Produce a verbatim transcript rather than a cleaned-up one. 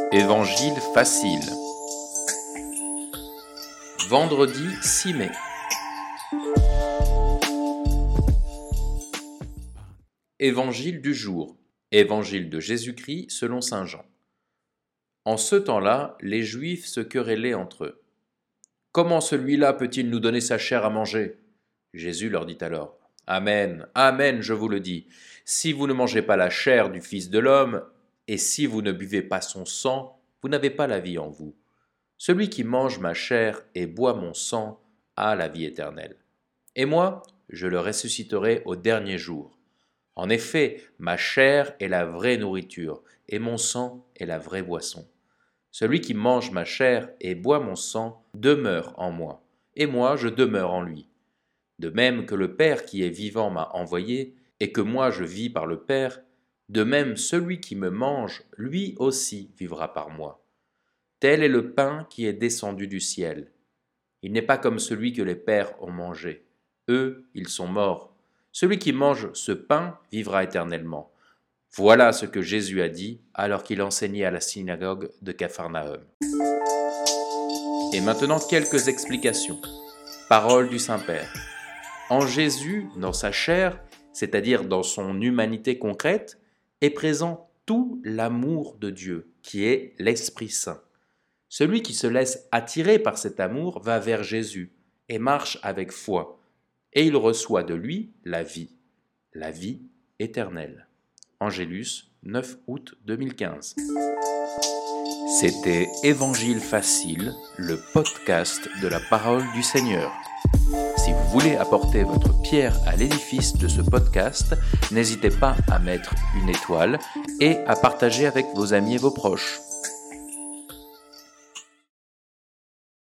Évangile facile. Vendredi six mai. Évangile du jour. Évangile de Jésus-Christ selon saint Jean. En ce temps-là, les Juifs se querellaient entre eux. « Comment celui-là peut-il nous donner sa chair à manger ?» Jésus leur dit alors, « Amen, amen, je vous le dis, si vous ne mangez pas la chair du Fils de l'homme, et si vous ne buvez pas son sang, vous n'avez pas la vie en vous. Celui qui mange ma chair et boit mon sang a la vie éternelle. Et moi, je le ressusciterai au dernier jour. En effet, ma chair est la vraie nourriture, et mon sang est la vraie boisson. Celui qui mange ma chair et boit mon sang demeure en moi, et moi je demeure en lui. De même que le Père qui est vivant m'a envoyé, et que moi je vis par le Père, de même celui qui me mange, lui aussi vivra par moi. Tel est le pain qui est descendu du ciel. Il n'est pas comme celui que les pères ont mangé. Eux, ils sont morts. Celui qui mange ce pain vivra éternellement. Voilà ce que Jésus a dit alors qu'il enseignait à la synagogue de Capharnaüm. Et maintenant quelques explications. Parole du Saint-Père. En Jésus, dans sa chair, c'est-à-dire dans son humanité concrète, est présent tout l'amour de Dieu, qui est l'Esprit Saint. Celui qui se laisse attirer par cet amour va vers Jésus et marche avec foi, et il reçoit de lui la vie, la vie éternelle. Angélus, neuf août deux mille quinze. C'était Évangile facile, le podcast de la parole du Seigneur. Si vous voulez apporter votre pierre à l'édifice de ce podcast, n'hésitez pas à mettre une étoile et à partager avec vos amis et vos proches.